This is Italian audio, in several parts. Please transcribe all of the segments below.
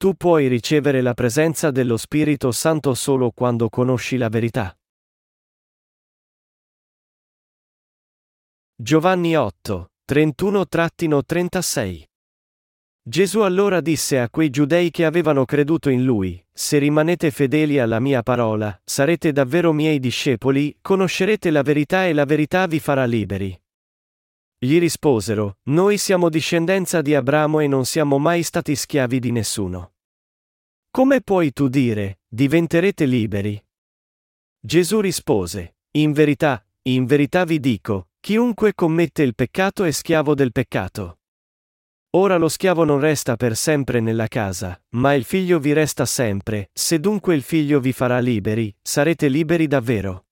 Tu puoi ricevere la presenza dello Spirito Santo solo quando conosci la verità. Giovanni 8, 31-36. Gesù allora disse a quei giudei che avevano creduto in lui: se rimanete fedeli alla mia parola, sarete davvero miei discepoli, conoscerete la verità e la verità vi farà liberi. Gli risposero: noi siamo discendenza di Abramo e non siamo mai stati schiavi di nessuno. Come puoi tu dire, diventerete liberi? Gesù rispose: in verità vi dico, chiunque commette il peccato è schiavo del peccato. Ora lo schiavo non resta per sempre nella casa, ma il figlio vi resta sempre, se dunque il figlio vi farà liberi, sarete liberi davvero.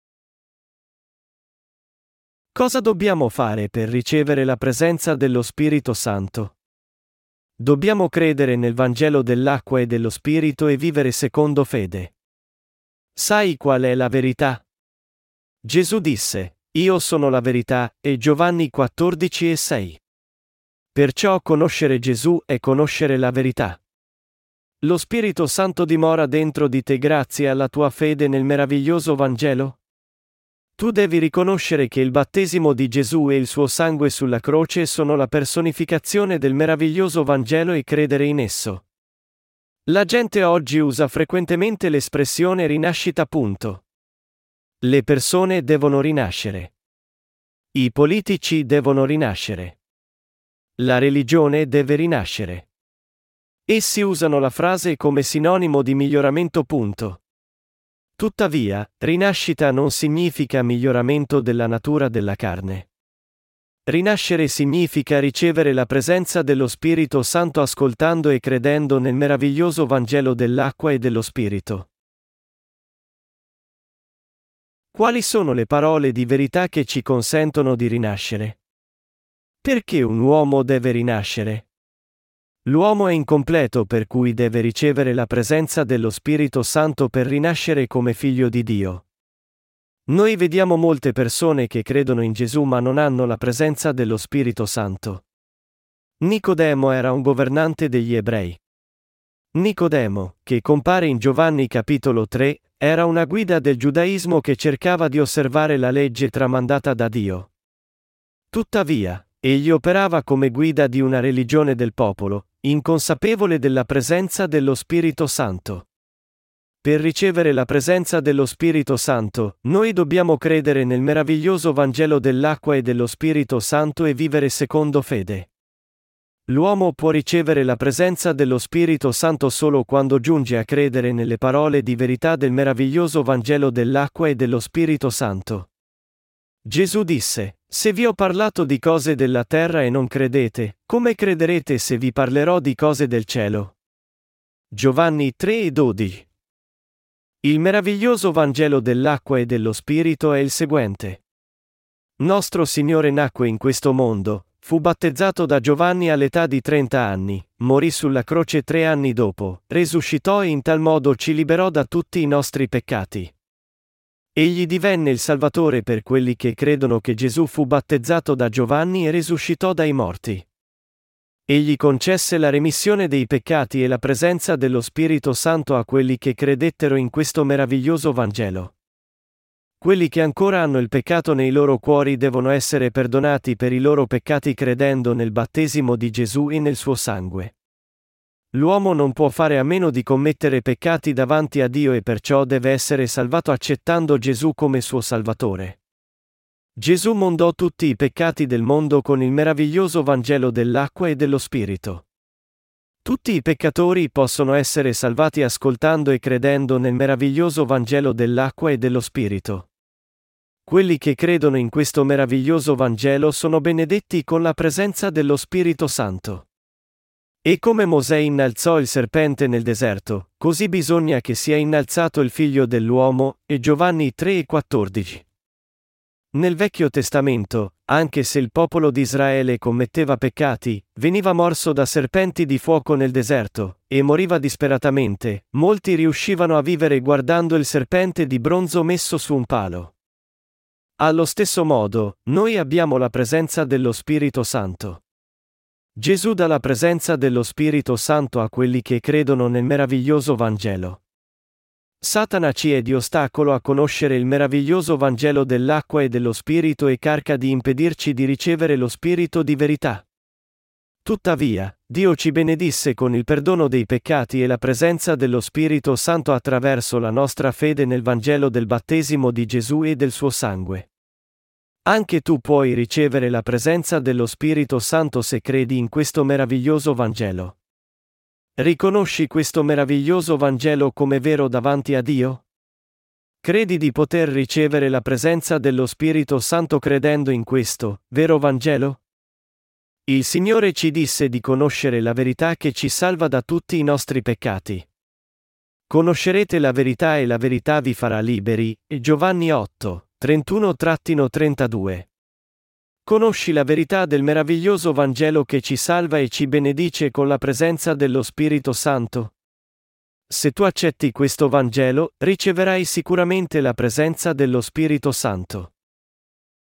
Cosa dobbiamo fare per ricevere la presenza dello Spirito Santo? Dobbiamo credere nel Vangelo dell'acqua e dello Spirito e vivere secondo fede. Sai qual è la verità? Gesù disse: io sono la verità, e Giovanni 14:6. Perciò conoscere Gesù è conoscere la verità. Lo Spirito Santo dimora dentro di te grazie alla tua fede nel meraviglioso Vangelo? Tu devi riconoscere che il battesimo di Gesù e il suo sangue sulla croce sono la personificazione del meraviglioso Vangelo e credere in esso. La gente oggi usa frequentemente l'espressione rinascita. Le persone devono rinascere. I politici devono rinascere. La religione deve rinascere. Essi usano la frase come sinonimo di miglioramento. Tuttavia, rinascita non significa miglioramento della natura della carne. Rinascere significa ricevere la presenza dello Spirito Santo ascoltando e credendo nel meraviglioso Vangelo dell'acqua e dello Spirito. Quali sono le parole di verità che ci consentono di rinascere? Perché un uomo deve rinascere? L'uomo è incompleto per cui deve ricevere la presenza dello Spirito Santo per rinascere come figlio di Dio. Noi vediamo molte persone che credono in Gesù ma non hanno la presenza dello Spirito Santo. Nicodemo era un governante degli ebrei. Nicodemo, che compare in Giovanni capitolo 3, era una guida del giudaismo che cercava di osservare la legge tramandata da Dio. Tuttavia, egli operava come guida di una religione del popolo, inconsapevole della presenza dello Spirito Santo. Per ricevere la presenza dello Spirito Santo, noi dobbiamo credere nel meraviglioso Vangelo dell'acqua e dello Spirito Santo e vivere secondo fede. L'uomo può ricevere la presenza dello Spirito Santo solo quando giunge a credere nelle parole di verità del meraviglioso Vangelo dell'acqua e dello Spirito Santo. Gesù disse: se vi ho parlato di cose della terra e non credete, come crederete se vi parlerò di cose del cielo? Giovanni 3:12. Il meraviglioso Vangelo dell'acqua e dello Spirito è il seguente. Nostro Signore nacque in questo mondo, fu battezzato da Giovanni all'età di 30 anni, morì sulla croce 3 anni dopo, risuscitò e in tal modo ci liberò da tutti i nostri peccati. Egli divenne il Salvatore per quelli che credono che Gesù fu battezzato da Giovanni e risuscitò dai morti. Egli concesse la remissione dei peccati e la presenza dello Spirito Santo a quelli che credettero in questo meraviglioso Vangelo. Quelli che ancora hanno il peccato nei loro cuori devono essere perdonati per i loro peccati credendo nel battesimo di Gesù e nel suo sangue. L'uomo non può fare a meno di commettere peccati davanti a Dio e perciò deve essere salvato accettando Gesù come suo Salvatore. Gesù mondò tutti i peccati del mondo con il meraviglioso Vangelo dell'acqua e dello Spirito. Tutti i peccatori possono essere salvati ascoltando e credendo nel meraviglioso Vangelo dell'acqua e dello Spirito. Quelli che credono in questo meraviglioso Vangelo sono benedetti con la presenza dello Spirito Santo. E come Mosè innalzò il serpente nel deserto, così bisogna che sia innalzato il Figlio dell'uomo, e Giovanni 3:14. Nel Vecchio Testamento, anche se il popolo di Israele commetteva peccati, veniva morso da serpenti di fuoco nel deserto, e moriva disperatamente, molti riuscivano a vivere guardando il serpente di bronzo messo su un palo. Allo stesso modo, noi abbiamo la presenza dello Spirito Santo. Gesù dà la presenza dello Spirito Santo a quelli che credono nel meraviglioso Vangelo. Satana ci è di ostacolo a conoscere il meraviglioso Vangelo dell'acqua e dello Spirito e cerca di impedirci di ricevere lo Spirito di verità. Tuttavia, Dio ci benedisse con il perdono dei peccati e la presenza dello Spirito Santo attraverso la nostra fede nel Vangelo del battesimo di Gesù e del suo sangue. Anche tu puoi ricevere la presenza dello Spirito Santo se credi in questo meraviglioso Vangelo. Riconosci questo meraviglioso Vangelo come vero davanti a Dio? Credi di poter ricevere la presenza dello Spirito Santo credendo in questo, vero Vangelo? Il Signore ci disse di conoscere la verità che ci salva da tutti i nostri peccati. Conoscerete la verità e la verità vi farà liberi, Giovanni 8, 31-32. Conosci la verità del meraviglioso Vangelo che ci salva e ci benedice con la presenza dello Spirito Santo? Se tu accetti questo Vangelo, riceverai sicuramente la presenza dello Spirito Santo.